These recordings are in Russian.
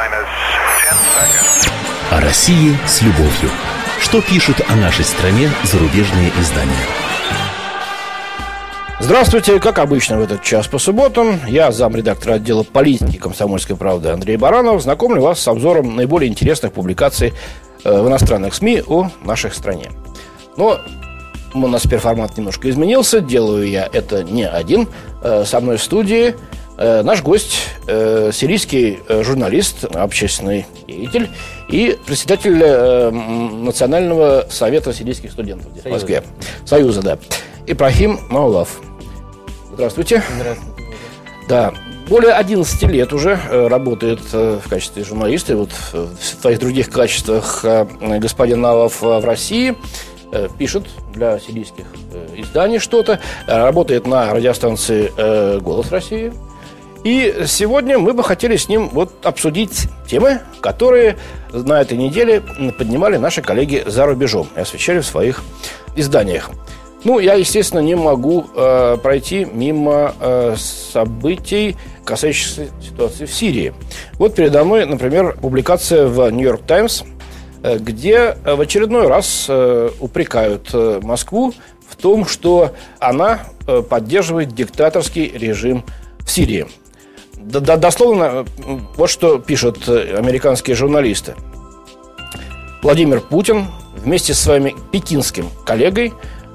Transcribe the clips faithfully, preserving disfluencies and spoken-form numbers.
О России с любовью. Что пишут о нашей стране зарубежные издания? Здравствуйте, как обычно в этот час по субботам, я замредактора отдела политики «Комсомольской правды» Андрей Баранов знакомлю вас с обзором наиболее интересных публикаций в иностранных СМИ о нашей стране. Но у нас теперь формат немножко изменился, делаю я это не один. Со мной в студии наш гость, сирийский журналист, общественный деятель и председатель Национального совета сирийских студентов в Москве. Союза, да. Ибрахим Маулав. Здравствуйте. Здравствуйте. Да, более одиннадцати лет уже работает в качестве журналиста, и вот в своих других качествах господин Маулав в России пишет для сирийских изданий что-то, работает на радиостанции «Голос России». И сегодня мы бы хотели с ним вот обсудить темы, которые на этой неделе поднимали наши коллеги за рубежом и освещали в своих изданиях. Ну, я, естественно, не могу э, пройти мимо э, событий, касающихся ситуации в Сирии. Вот передо мной, например, публикация в «Нью-Йорк Таймс», э, где в очередной раз э, упрекают э, Москву в том, что она э, поддерживает диктаторский режим в Сирии. Дословно, вот что пишут американские журналисты. Владимир Путин вместе с своим пекинским коллегой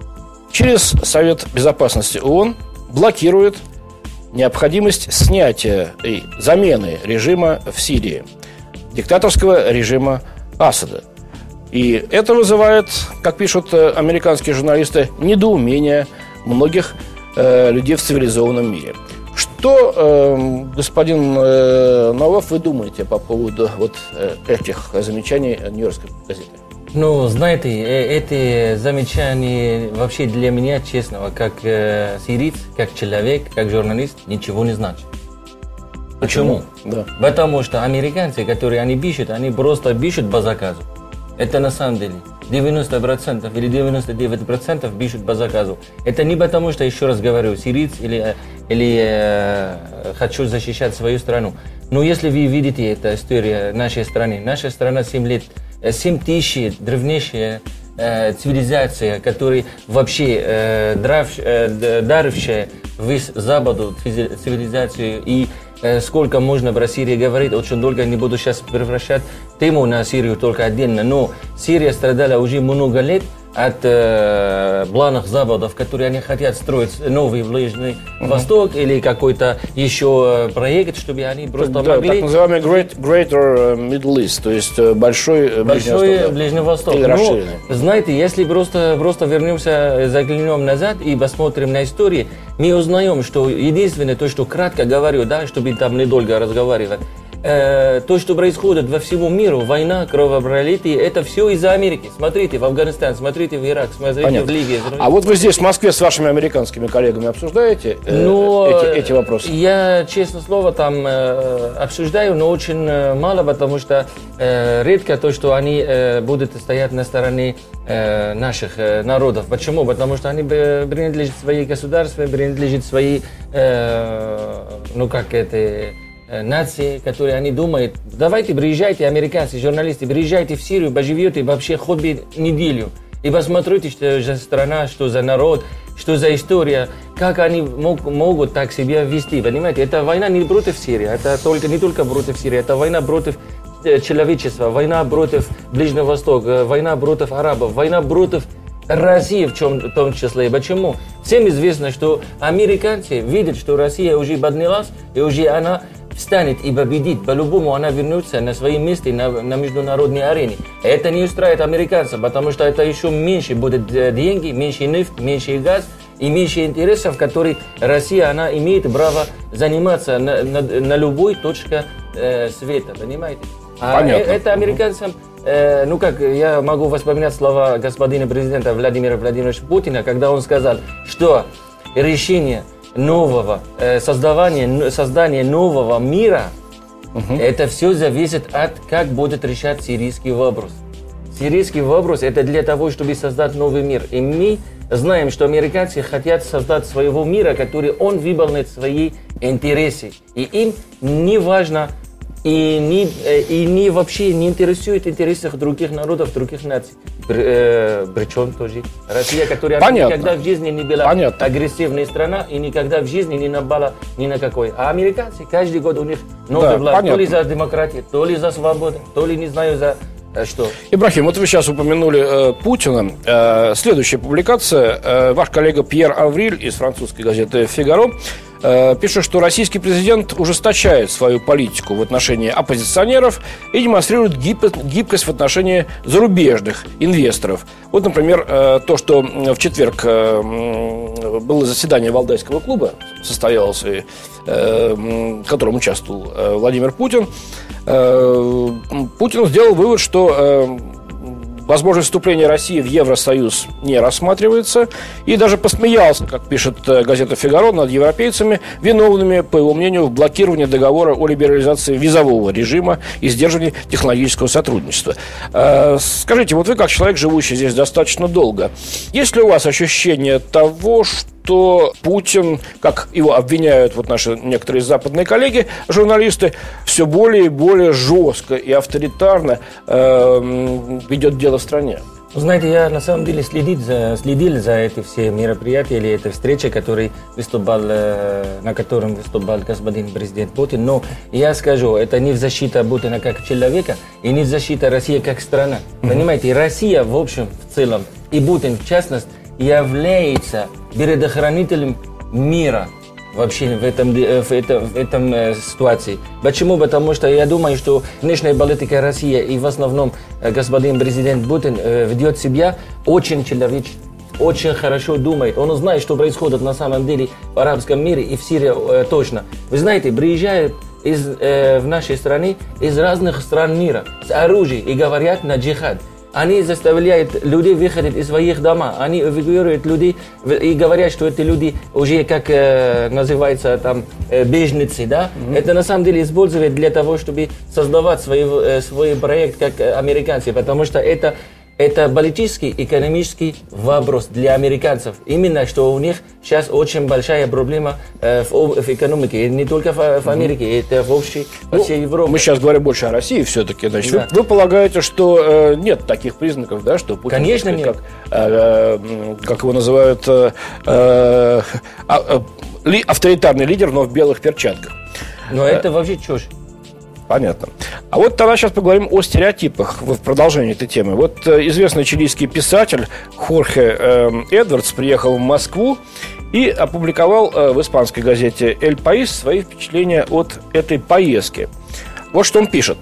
через Совет Безопасности ООН блокирует необходимость снятия и замены режима в Сирии, диктаторского режима Асада. И это вызывает, как пишут американские журналисты, недоумение многих э, людей в цивилизованном мире. Что, э, господин э, Маулав, вы думаете по поводу вот э, этих замечаний Нью-Йоркской газеты? Ну, знаете, эти замечания вообще для меня, честно, как э, сириец, как человек, как журналист, ничего не значит. Почему? Да. Потому что американцы, которые они пишут, они просто пишут по заказу. Это на самом деле девяносто процентов или девяносто девять процентов пишут по заказу. Это не потому, что, еще раз говорю, сириец или, или э, хочу защищать свою страну. Но если вы видите эту историю нашей страны, наша страна семь лет, семь тысяч древнейшая э, цивилизация, которая вообще э, драв, э, дарившая весь Западу цивилизацию, и э, сколько можно про Сирию говорить, очень долго не буду сейчас превращать тему на Сирию только отдельно, но Сирия страдала уже много лет от э, планов Западов, которые они хотят строить новый Ближний uh-huh. Восток или какой-то еще проект, чтобы они просто да, могли... Так называемый Great, Greater Middle East, то есть большой, большой Ближний Восток. Ближний Восток. Но, знаете, если просто, просто вернемся, заглянем назад и посмотрим на историю, мы узнаем, что единственное, то, что кратко говорю, да, чтобы там недолго разговаривать, Э, то, что происходит во всему миру, война, кровопролитие, это все из-за Америки. Смотрите в Афганистан, смотрите в Ирак, смотрите Понятно. в Ливию. А вот вы здесь в Москве с вашими американскими коллегами обсуждаете э, но эти, эти вопросы? Я, честно слово, там э, обсуждаю, но очень э, мало, потому что э, редко то, что они э, будут стоять на стороне э, наших э, народов. Почему? Потому что они принадлежат своей государству, принадлежат своей, э, ну как это... нации, которые они думают, давайте приезжайте, американцы, журналисты, приезжайте в Сирию, поживете вообще хоть бы неделю и посмотрите, что за страна, что за народ, что за история, как они мог, могут так себя вести, понимаете? Это война не против Сирии, это только, не только против Сирии, это война против человечества, война против Ближнего Востока, война против арабов, война против России в, чем, в том числе. Почему? Всем известно, что американцы видят, что Россия уже поднялась, и уже она встанет и победит. По-любому она вернется на свои места на, на международной арене. Это не устраивает американцев, потому что это еще меньше будет деньги, меньше нефть, меньше газ и меньше интересов, которые Россия она имеет право заниматься на, на, на любой точке э, света. Понимаете? А Понятно. Это американцам, э, ну как, я могу вспоминать слова господина президента Владимира Владимировича Путина, когда он сказал, что решение нового, э, создавания, создания нового мира, угу. это все зависит от, как будет решать сирийский вопрос. Сирийский вопрос это для того, чтобы создать новый мир. И мы знаем, что американцы хотят создать своего мира, который он выполнит свои интересы. И им не важно и не, и не вообще не интересует интересов других народов, других наций. Причем тоже Россия, которая Понятно. никогда в жизни не была Понятно. агрессивной страна и никогда в жизни не напала ни на какой. А американцы каждый год у них новый Да, власть, понятно. то ли за демократию, то ли за свободу, то ли не знаю за что. Ибрахим, вот вы сейчас упомянули э, Путина. Э, следующая публикация. Э, ваш коллега Пьер Авриль из французской газеты «Фигаро» э, пишет, что российский президент ужесточает свою политику в отношении оппозиционеров и демонстрирует гиб- гибкость в отношении зарубежных инвесторов. Вот, например, э, то, что в четверг э, было заседание Валдайского клуба, состоялось, и, э, в котором участвовал э, Владимир Путин. Э, Путин сделал вывод, что э, возможность вступления России в Евросоюз не рассматривается, и даже посмеялся, как пишет э, газета «Фигаро», над европейцами, виновными, по его мнению, в блокировании договора о либерализации визового режима и сдерживании технологического сотрудничества. Э, скажите, вот вы, как человек, живущий здесь достаточно долго, есть ли у вас ощущение того, что что Путин, как его обвиняют вот наши некоторые западные коллеги, журналисты, все более и более жестко и авторитарно э, ведет дело в стране? Знаете, я на самом деле следил за, следил за эти все мероприятия или эти встречи, которые выступал, на котором выступал господин президент Путин. Но я скажу, это не в защиту Путина как человека и не в защиту России как страны. Mm-hmm. Понимаете, Россия в общем, в целом, и Путин в частности, является предохранителем мира вообще в этом, в этом, в этом э, ситуации. Почему? Потому что я думаю, что внешняя политика России и в основном э, господин президент Путин э, ведет себя очень человечно, очень хорошо думает. Он знает, что происходит на самом деле в арабском мире и в Сирии э, точно. Вы знаете, приезжают из, э, в нашей стране из разных стран мира с оружием и говорят на джихад. Они заставляют людей выходить из своих домов. Они эвакуируют людей и говорят, что эти люди уже, как э, называется, там, э, беженцы, да? Mm-hmm. Это на самом деле используют для того, чтобы создавать свой, э, свой проект, как американцы. Потому что это, это политический, экономический вопрос для американцев. Именно, что у них сейчас очень большая проблема э, в, в экономике. И не только в, в Америке, mm-hmm. это в общей, во ну, всей Европе. Мы сейчас говорим больше о России все-таки. Значит, да. вы, вы полагаете, что э, нет таких признаков, да, что Путин, конечно, сказать, нет. Как, э, как его называют, э, э, э, ли, авторитарный лидер, но в белых перчатках? Но э, это вообще чушь. Понятно. А вот тогда сейчас поговорим о стереотипах в продолжении этой темы. Вот э, известный чилийский писатель Хорхе э, Эдвардс приехал в Москву и опубликовал э, в испанской газете «Эль Паис» свои впечатления от этой поездки. Вот что он пишет.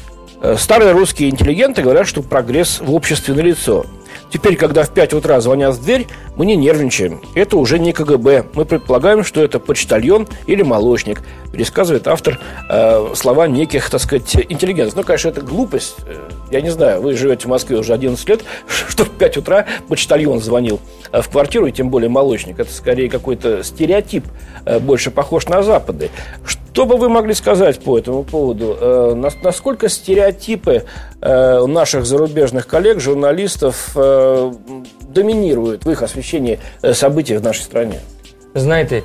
«Старые русские интеллигенты говорят, что прогресс в обществе налицо. Теперь, когда в пять утра звонят в дверь, мы не нервничаем. Это уже не ка гэ бэ. Мы предполагаем, что это почтальон или молочник», пересказывает автор э, слова неких, так сказать, интеллигентов. Ну, конечно, это глупость. Я не знаю, вы живете в Москве уже одиннадцать лет, что в пять утра почтальон звонил в квартиру, и тем более молочник. Это скорее какой-то стереотип, э, больше похож на западный. Что бы вы могли сказать по этому поводу? Э, насколько стереотипы э, наших зарубежных коллег, журналистов, э, доминируют в их освещении событий в нашей стране? Знаете,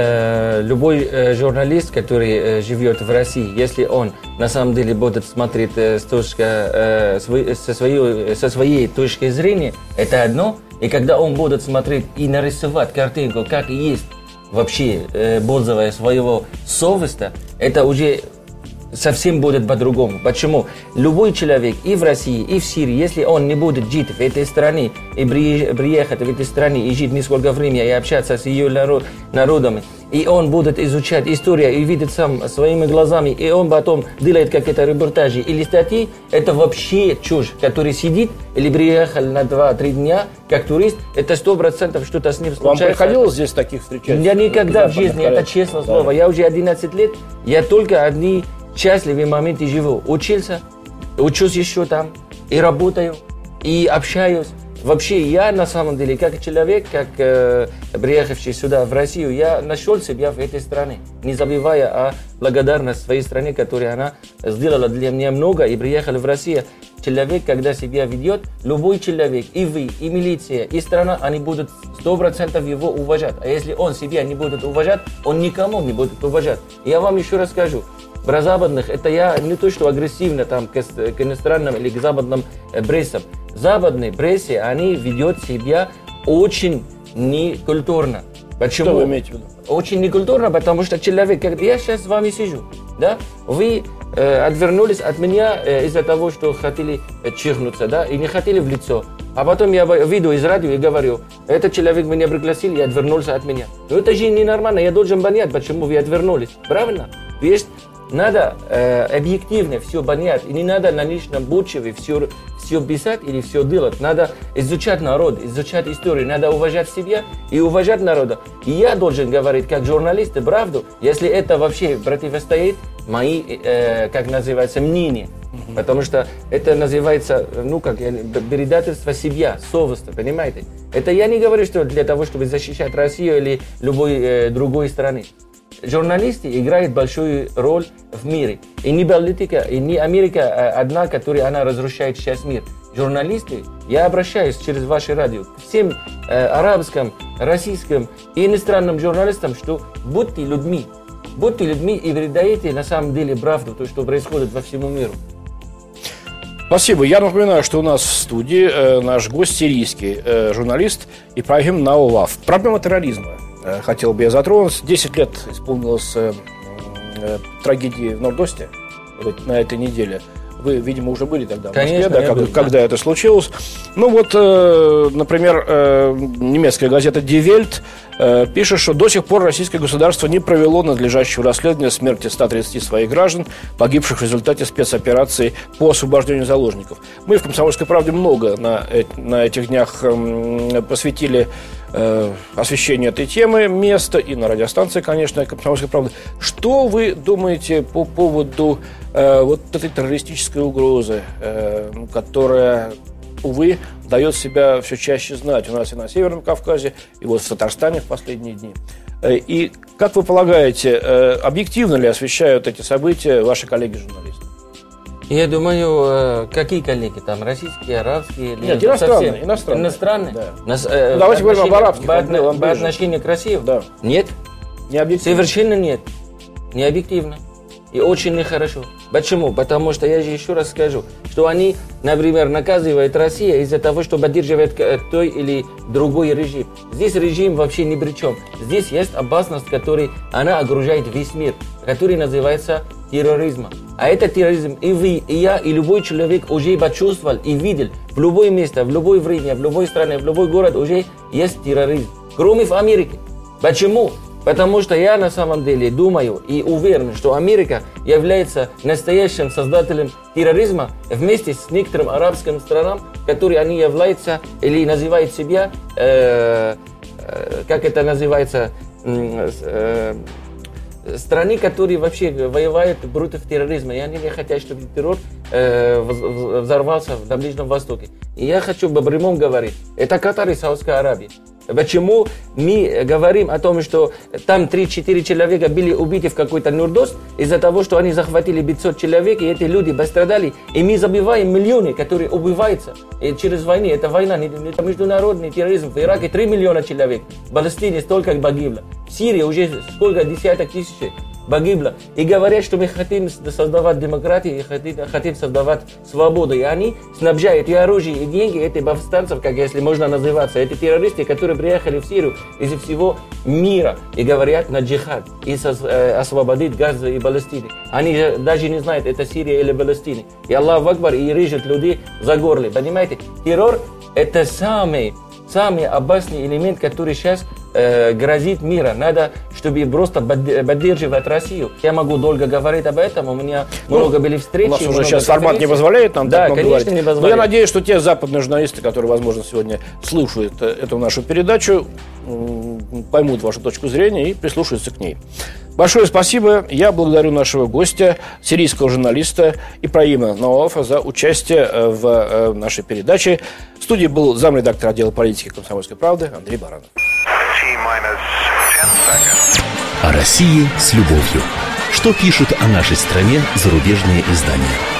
э, любой э, журналист, который э, живет в России, если он на самом деле будет смотреть э, с точки, э, свой, со, своей, со своей точки зрения, это одно. И когда он будет смотреть и нарисовать картинку, как есть вообще, э, пользуясь своего совести, это уже совсем будет по-другому. Почему? Любой человек и в России, и в Сирии, если он не будет жить в этой стране и приехать в этой стране и жить несколько времени и общаться с ее народами, и он будет изучать историю и видеть сам своими глазами, и он потом делает какие-то репортажи или статьи, это вообще чушь, который сидит или приехал на два-три дня как турист, это сто процентов что-то с ним случается. Вам приходилось здесь таких встречать? Я никогда в жизни, это честное слово, да. Я уже одиннадцать лет, я только одни счастливые моменты живу. Учился, учусь еще там, и работаю, и общаюсь. Вообще, я на самом деле, как человек, как э, приехавший сюда, в Россию, я нашел себя в этой стране, не забывая о благодарности своей стране, которая она сделала для меня много, и приехал в Россию. Человек, когда себя ведет, любой человек, и вы, и милиция, и страна, они будут сто процентов его уважать. А если он себя не будет уважать, он никому не будет уважать. Я вам еще раз скажу. Про западных, это я не то, что агрессивно там, к, к иностранным или к западным э, прессам. Западные прессы, они ведут себя очень некультурно. Почему? Что вы имеете в виду? Очень некультурно, потому что человек, когда я сейчас с вами сижу, да, вы э, отвернулись от меня э, из-за того, что хотели э, чихнуться, да, и не хотели в лицо. А потом я выйду из радио и говорю, этот человек меня пригласил и отвернулся от меня. Но это же ненормально, я должен понять, почему вы отвернулись. Правильно? Есть, надо э, объективно все понять, и не надо на личном бучеве все, все писать или все делать. Надо изучать народ, изучать историю, надо уважать себя и уважать народа. И я должен говорить как журналист правду, если это вообще противостоит мои, э, как называется, мнения. Mm-hmm. Потому что это называется, ну как, предательство себя, совести, понимаете? Это я не говорю, что для того, чтобы защищать Россию или любой э, другой страны. Журналисты играют большую роль в мире. И не политика, и не Америка одна, которая она разрушает сейчас мир. Журналисты, я обращаюсь через ваше радио к всем э, арабским, российским и иностранным журналистам, что будьте людьми. Будьте людьми и передайте на самом деле правду, то, что происходит во всему миру. Спасибо. Я напоминаю, что у нас в студии э, наш гость сирийский э, журналист Ибрахим Наував. Проблема терроризма. Э, хотел бы я затронуть. Десять лет исполнилось э, э, трагедии в Норд-Осте вот, на этой неделе. Вы, видимо, уже были тогда в Москве, Конечно, да, как, был, когда да. это случилось. Ну вот, э, например, э, немецкая газета Die Welt э, пишет, что до сих пор российское государство не провело надлежащего расследования смерти ста тридцати своих граждан, погибших в результате спецоперации по освобождению заложников. Мы в «Комсомольской правде» много на, на этих днях э, посвятили э, освещению этой темы места и на радиостанции, конечно, «Комсомольской правды». Что вы думаете по поводу э, вот этой террористической угрозы, э, которая, увы, дает себя все чаще знать у нас и на Северном Кавказе, и вот в Татарстане в последние дни? И как вы полагаете, объективно ли освещают эти события ваши коллеги-журналисты? Я думаю, какие коллеги там, российские, арабские? Нет, иностранные. Иностранные, иностранные? Да. Нас, ну, давайте говорим об арабских. По, отно, по отношению к России? Да. Нет. Не объективно? Совершенно нет. Не объективно. И очень нехорошо. Почему? Потому что, я же еще раз скажу, что они, например, наказывают Россию из-за того, что поддерживает той или другой режим. Здесь режим вообще ни при чем. Здесь есть опасность, которая она окружает весь мир, который называется терроризм. А это терроризм и вы, и я, и любой человек уже почувствовал и видел. В любое место, в любое время, в любой стране, в любой город уже есть терроризм. Кроме в Америке. Почему? Потому что я на самом деле думаю и уверен, что Америка является настоящим создателем терроризма вместе с некоторым арабским странам, которые они являются или называют себя, э, э, как это называется, э, страны, которые вообще воевают против терроризма. И они не хотят, чтобы террор э, взорвался на Ближнем Востоке. И я хочу по-прямому говорить, это Катар и Саудовская Аравия. Почему мы говорим о том, что там три-четыре человека были убиты в какой-то Норд-Ост из-за того, что они захватили пятьсот человек, и эти люди пострадали, и мы забиваем миллионы, которые убиваются и через войну. Это война, это международный терроризм. В Ираке три миллиона человек, в Палестине столько погибло, в Сирии уже сколько десяток тысяч погибло. И говорят, что мы хотим создавать демократию и хотим, хотим создавать свободу. И они снабжают и оружие, и деньги этих повстанцев, как если можно называться, эти террористы, которые приехали в Сирию из всего мира и говорят на джихад и освободить Газу и Палестину. Они же даже не знают, это Сирия или Палестина. И Аллах Акбар, и режет людей за горло. Понимаете? Террор – это самый, самый опасный элемент, который сейчас э, грозит миру. Надо, чтобы просто поддерживать Россию. Я могу долго говорить об этом, у меня ну, много были встречи. У нас уже сейчас формат не позволяет нам да, так много конечно, говорить. Не позволяет. Но я надеюсь, что те западные журналисты, которые, возможно, сегодня слушают эту нашу передачу, поймут вашу точку зрения и прислушаются к ней. Большое спасибо. Я благодарю нашего гостя, сирийского журналиста Ибрахима Наувафа, за участие в нашей передаче. В студии был замредактор отдела политики «Комсомольской правды» Андрей Баранов. О России с любовью. Что пишут о нашей стране зарубежные издания?